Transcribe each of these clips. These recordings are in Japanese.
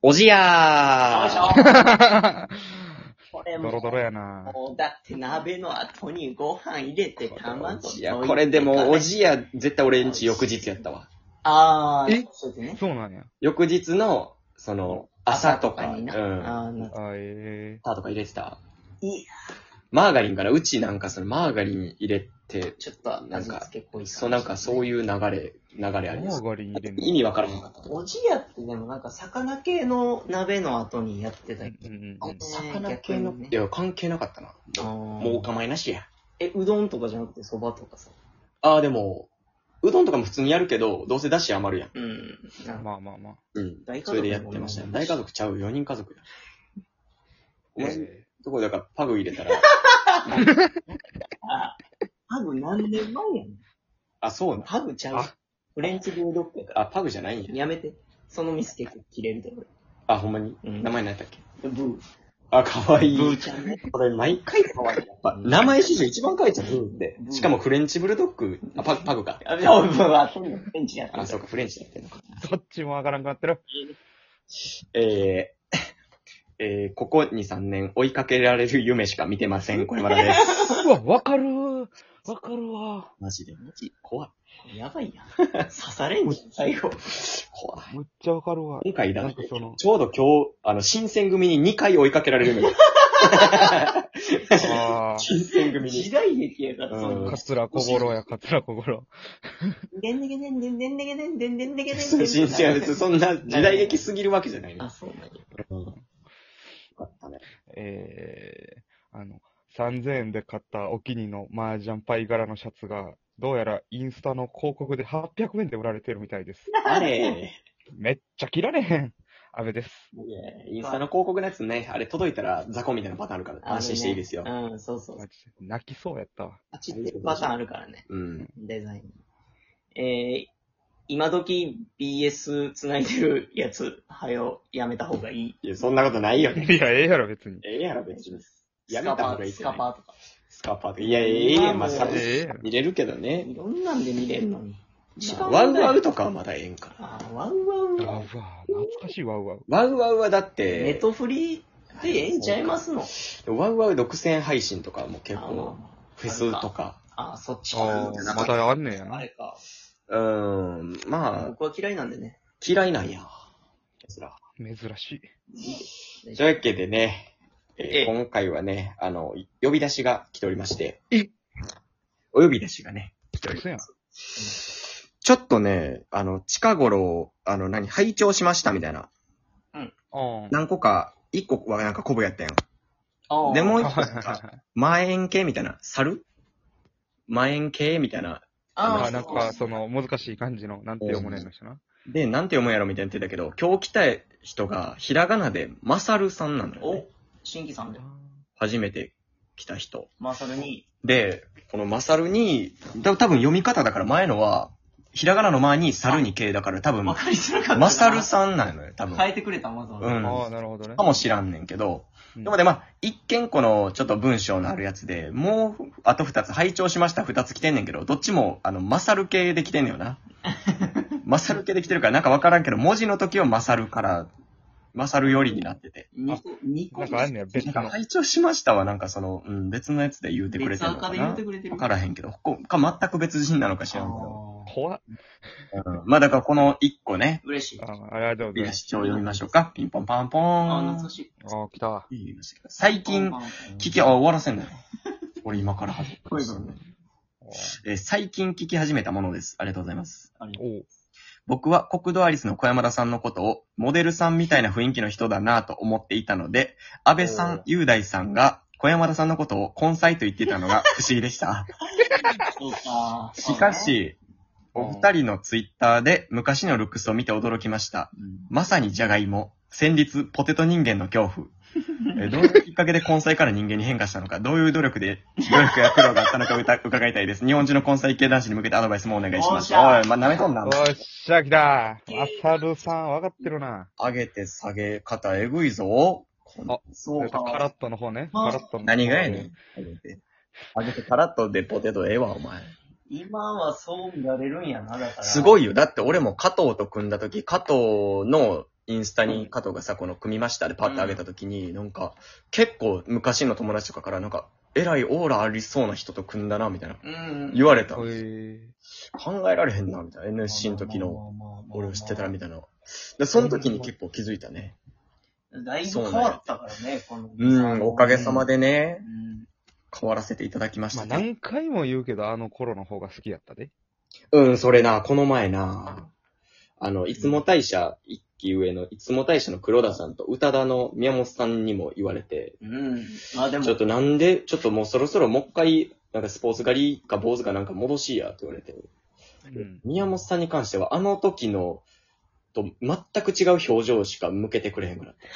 おじやよいしょーこれも、 ドロドロやな。 もうだって鍋の後にご飯入れて卵いや、 溶いてこれでも、おじや、絶対俺んち翌日やったわ。 あー、 えそうですね。 そうなんや。 翌日の、朝とか、 にな。あーな朝とか入れてた。 いや、 マーガリンから、うちなんかマーガリン入れて、 ちょっと味付け濃いそういう流れあります。 マーガリン入れんの意味わからなかった。 おじやってでもなんか魚系の鍋の後にやってたっけ、 魚系の、 逆にねいや、関係なかったな。 ももうお構いなしや。 うどんとかじゃなくて蕎麦とかさ。 ああ、でも、うどんとかも普通にやるけど、どうせだし余るやん。 うん。 まあまあまあ。 うん。 大家族それでやってましたね。大家族ちゃう、4人家族や。お前、どこだからパグ入れたら、 パグ何年前やねん。 あ、そうな。 パグちゃう。フレンチブルドッグやから。 あ、パグじゃないんや。 やめて。そのミス結構切れるで、俺。 あ、ほんまに、 うん名前何やったっけブー。 あ、かわいい。 ブーちゃんね。 これ毎回かわいい。やっぱ、名前史上一番可愛いじゃん、ブーってブ。ーしかもフレンチブルドッグ、あ、パグか。 あ、でも、ブーは、フレンチやから。 あ、そうか、フレンチだってんのか。 どっちもわからんくなってる。 ここ2、3年追いかけられる夢しか見てません。これまだです。 うわ、わかるー。わかるわ。 マジで。怖い。 やばいやん。刺されんじゃん、最後。 怖い。 むっちゃわかるわ。 今回だってなんか、その、 ちょうど今日、新選組に2回追いかけられるのよ。 あ新選組に。 時代劇やから、そうんのー、カツラ小五郎や、カツラ小五郎。 でんでけでんでんでんでけでんでんでんでけでん新選は別にそんな時代劇すぎるわけじゃないの。 あ、そうなんや。 うん。よかったね。 3000円で買ったお気に入りの麻雀パイ柄のシャツが、どうやらインスタの広告で800円で売られてるみたいです。 あれ、 めっちゃ着られへん。安倍です。 いやインスタの広告のやつね、あれ届いたら雑魚みたいなパターンあるから安心していいですよ。 うん、そうそう。 マジで泣きそうやったわ。 パチってパターンあるからね。 うん。 デザイン。今時 BS 繋いでるやつ、やめた方がいい。 いや、そんなことないよね。 いや、ええやろ、別に。 ええやろ、別に。やめた方がいいっスすよ、ね。 カパーとか。 スカパーとか。いや、ええやん、まあ、さええやろ見れるけどねい。ろんなんで見れるのに。一番ワウワウとかはまだええんかな。 あ、ワウワウうわ、懐かしいわ、うわ。 ワウワウはだっネて、 トフリでええんちゃいますの。 ワウワウ独占配信とかも結あ構、フェスと。か。 あ、そっちああ、まだあんねやな。 あれか。 まあ、 僕は嫌いなんでね。 嫌いなんや。そら珍しい。 というわけでね、 ええ今回はね、呼び出しが来ておりまして。 えお呼び出しがね、来ており嘘やん。 ます。ちょっとね、近頃、拝聴しましたみたいな。 ああ。 何個か、1個はなんかコブやったやん。 ああでもう一個はいはいはい万円系みたいな。猿万円系みたいな。 ああ、 なんか、難しい感じの、なんて読むねんの人な。 で、なんて読むんやろみたいな言ってたけど、今日来た人が、ひらがなで、まさるさんなのよ、ね。 お、新規さんで。 初めて来た人。 マサルに。 で、このまさるに、多分読み方だから前のは、ひらがなの前に猿に系だから多分わ、かりづらかったな。 まさるさんなのよ、多分。 変えてくれた、まずは。 うんああ、なるほどねか。もしらんねんけど、 うんでもね、まあ、一見この、ちょっと文章のあるやつで、もう、あと二つ、拝聴しました二つ来てんねんけど、どっちも、まさる系で来てんねんよな。まさる系で来てるから、なんかわからんけど、文字の時はまさるから、まさるよりになってて。 2個。 なんかあんねや、別なんか、 の。 拝聴しましたは、なんか別のやつで言うてくれ別てるのかな赤で言うて。くれてる。 わからへんけど、全く別人なのか知らんけど。 怖っ。 まあ、だからこの一個ね、 嬉しい。 あありがとうございます。 見出し帳読みましょうか。ピンポンパンポーン。 あ、懐かしい。 ああ、来たわ。 最近、終わらせんだよ。俺今から始めこういうのね。 最近聞き始めたものです。ありがとうございます。 おう。 僕は国土アリスの小山田さんのことをモデルさんみたいな雰囲気の人だなぁと思っていたので、安倍さん、雄大さんが小山田さんのことを根菜と言ってたのが不思議でした。 そうか。 しかし、お二人のツイッターで昔のルックスを見て驚きました。まさにジャガイモ。先日、ポテト人間の恐怖。どういうきっかけで根菜から人間に変化したのか、どういう努力や苦労があったのか伺いたいです。日本中の根菜系男子に向けてアドバイスもお願いします。 おっしゃおい、舐めとんな。 おっしゃ、来た。まさるさん、わかってるな。 上げて下げ方えぐいぞ。 あ、 そうか。 カラットの方ね。 まあカラットの方。 何がやねん。上げてカラッとでポテトええわ、お前。 今はそう見られるんやな、だから。 すごいよ。だって俺も加藤と組んだ時、加藤のインスタに加藤がさ、この組みましたでパッて上げた時に、なんか、結構昔の友達とかからなんか、えらいオーラありそうな人と組んだな、みたいな。言われた。考えられへんな、みたいな。NSC の時の、俺を知ってたらみたいな。で、その時に結構気づいたね。 だいぶ変わったからね、この。 おかげさまでね、変わらせていただきました、ね。 まあ何回も言うけど、あの頃の方が好きやったで。 それな、この前な、いつも大社一期上の、いつも大社の黒田さんと宇多田の宮本さんにも言われて、 でもちょっとなんで、ちょっともうそろそろもう一回、なんかスポーツ狩りか坊主かなんか戻しやって言われて、宮本さんに関してはあの時のと全く違う表情しか向けてくれへんくなった。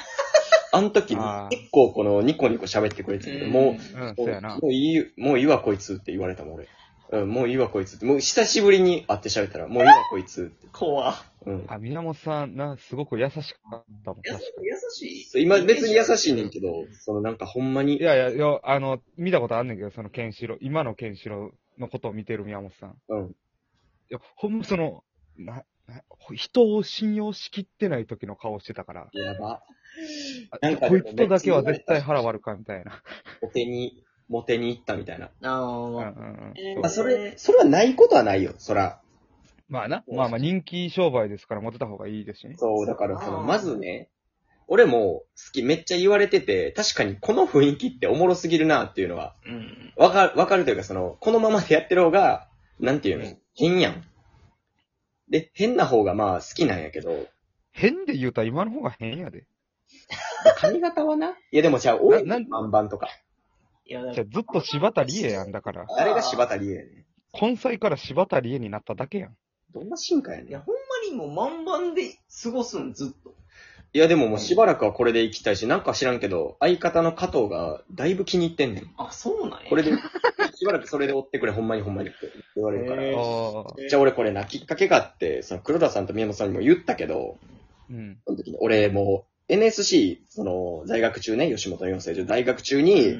あの時結構このニコニコ喋ってくれてて、もういいわこいつって言われたもん俺。もういいわこいつって。もう久しぶりに会って喋ったら、もういいわこいつって。 怖。 宮本さんすごく優しかったもん。 優しい。 今別に優しいねんけど、なんかほんまに。 いや、見たことあんねんけど、そのケンシロウ、今のケンシロウのことを見てる宮本さん。いや、ほんま人を信用しきってない時の顔してたから。 やば。 こいつとだけは絶対腹割るか、みたいな。 モテに行ったみたいな。それはないことはないよ、そら。 まあ人気商売ですからモテた方がいいですしね。 そう、だからまずね、俺もめっちゃ言われてて、確かにこの雰囲気っておもろすぎるなっていうのは、わかるというかこのままでやってる方が、なんていうの、変やん。で、変な方がまあ好きなんやけど。 変で言うたら今の方が変やで。 髪型はな。いやでもじゃあ、多い満々とか。 じゃあずっと柴田理恵やんだから。 あれが柴田理恵やね。 根菜から柴田理恵になっただけやん。 どんな進化やねん。 いや、ほんまにもう満々で過ごすん、ずっと。 いやでももうしばらくはこれで行きたいし、なんか知らんけど、相方の加藤がだいぶ気に入ってんねん。 あ、そうなんや。 これで、しばらくそれで追ってくれ、ほんまにって言われるから。じゃあ俺これな、きっかけがあって、黒田さんと宮本さんにも言ったけど、その時に俺もう NSC、在学中ね、吉本養成所在学中に、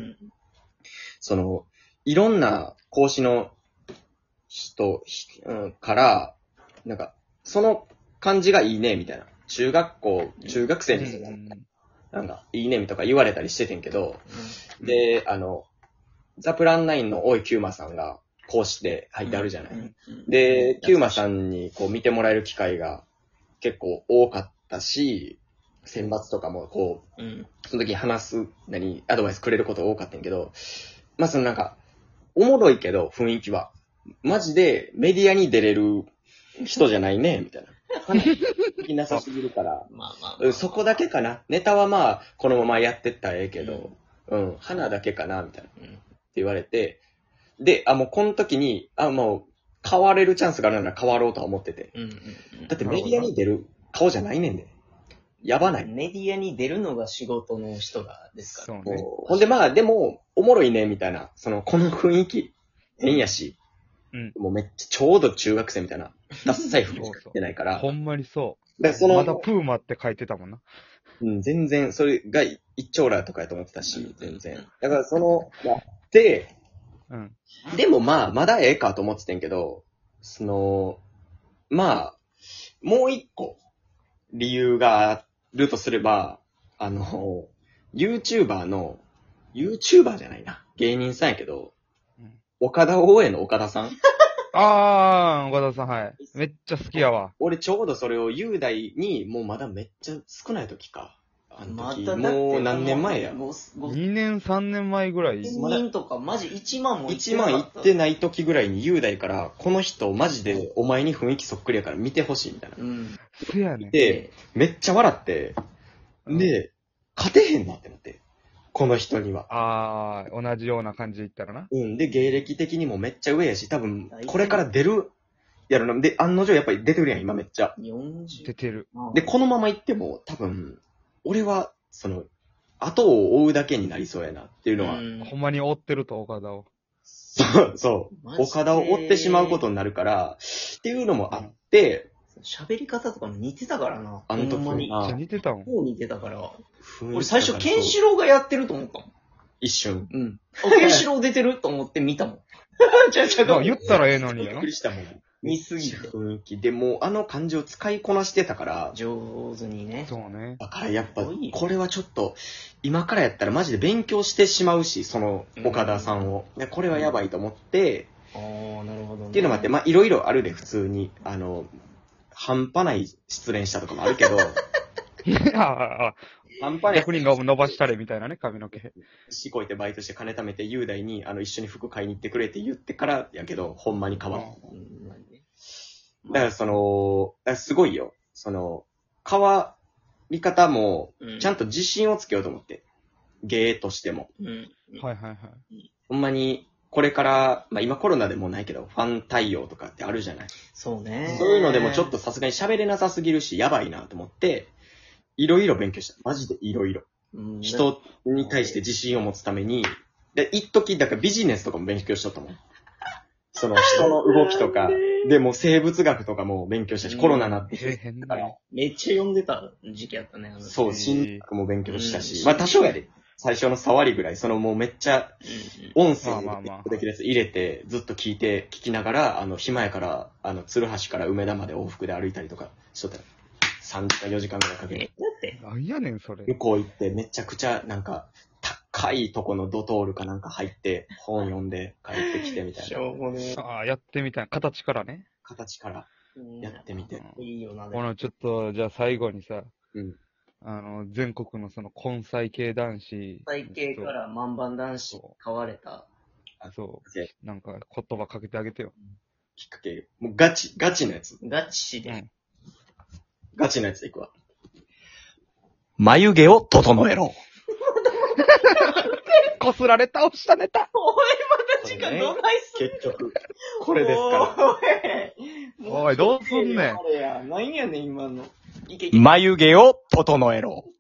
いろんな講師の人、から、なんか、その感じがいいね、みたいな。中学生の人が、なんか、いいね、とか言われたりしててんけど、で、ザプラン9の大井キューマさんが講師で入ってあるじゃない。で、キューマさんにこう見てもらえる機会が結構多かったし、選抜とかもこう、その時に話す、アドバイスくれること多かったんやけど、まあなんか、おもろいけど、雰囲気は。マジでメディアに出れる人じゃないね、みたいな。できなさすぎるから。そこだけかな。ネタはまあ、このままやってったらええけど、花だけかな、みたいな。って言われて、で、もうこの時に、もう、変われるチャンスがあるなら変わろうとは思ってて。だってメディアに出る顔じゃないねんで。やばない。 メディアに出るのが仕事の人がですから。 そうね。 ほんでまあ、でも、おもろいね、みたいな。この雰囲気、変やし。もうめっちゃちょうど中学生みたいな。ダッサい服しか着てないから。 ほんまにそう。 だからまだプーマって書いてたもんな。 全然、それが一丁羅とかやと思ってたし、全然。だからで、でもまあ、まだええかと思ってたんけど、まあ、もう一個、理由があるとすれば、YouTuber じゃないな。芸人さんやけど、岡田大江の岡田さん。 岡田さん、はい。めっちゃ好きやわ。 俺ちょうどそれを雄大に、もうまだめっちゃ少ない時か。 またもう何年前や。 2年、3年前ぐらい。 人とか、マジ1万も 1万いってない時ぐらいに雄大から、この人マジでお前に雰囲気そっくりやから見てほしいみたいな。 そうやね。 で、めっちゃ笑って、で、勝てへんなってなって。この人には。 同じような感じで言ったらな。 で、芸歴的にもめっちゃ上やし、多分、これから出る、やろな。で、案の定やっぱり出てるやん、今めっちゃ。 出てる。 で、このまま行っても、多分、俺は、後を追うだけになりそうやなっていうのは。 ほんまに追ってると、岡田を。 そう。岡田を追ってしまうことになるから、っていうのもあって、 喋り方とかも似てたからな。 あの時めっちゃ似てたもん。 もう似てたから。俺最初、ケンシロウがやってると思ったもん。 一瞬。 ケンシロウ出てると思って見たもん。 言ったらええのにやな。 びっくりしたもん。 見すぎて。 雰囲気でもうあの漢字を使いこなしてたから、 上手にね。 そうね。 だからやっぱ、これはちょっと、今からやったらマジで勉強してしまうし、その岡田さんを。でこれはやばいと思って、 ああ、なるほどね。 っていうのもあって、まあいろいろあるで、普通に。半端ない失恋したとかもあるけど、半端ない。 逆に伸ばしたれみたいなね、髪の毛。 しこいてバイトして金貯めて雄大に一緒に服買いに行ってくれって言ってからやけど、ほんまに変わった。だからすごいよ。変わり方も、ちゃんと自信をつけようと思って。芸としても。 はいはいはい。 ほんまに、これから、まあ今コロナでもうないけど、ファン対応とかってあるじゃない。 そうね。 そういうのでもちょっとさすがに喋れなさすぎるし、やばいなと思って、いろいろ勉強した。マジでいろいろ。人に対して自信を持つために、で、一時だからビジネスとかも勉強しとったもん。人の動きとか、でも生物学とかも勉強したし、コロナになって変だよ。 めっちゃ読んでた時期あったね。 そう、心理学も勉強したし、まあ多少やで。最初の触りぐらい、もうめっちゃ、音声できるやつ入れて、ずっと聞きながら、暇やから、鶴橋から梅田まで往復で歩いたりとかしとったら、3時間4時間ぐらいかけて。 なんやねん、それ。 向こう行って、めちゃくちゃ、なんか、高いとこのドトールかなんか入って、本読んで帰ってきてみたいな。 ああ、やってみたい。形からね。 形からやってみて。 いいよな。 ちょっと、じゃあ最後にさ、 うん。 全国の根菜系男子。 根菜系から万番男子買われた。 そう。なんか言葉かけてあげてよ。 きっかけ。もうガチのやつ。 ガチで。 ガチのやつでいくわ。眉毛を整えろ。 こすられ倒したネタ。 おい、また時間どないす結局、これですから。 おい、どうすんねん。 何やねん、今の。 眉毛を整えろ。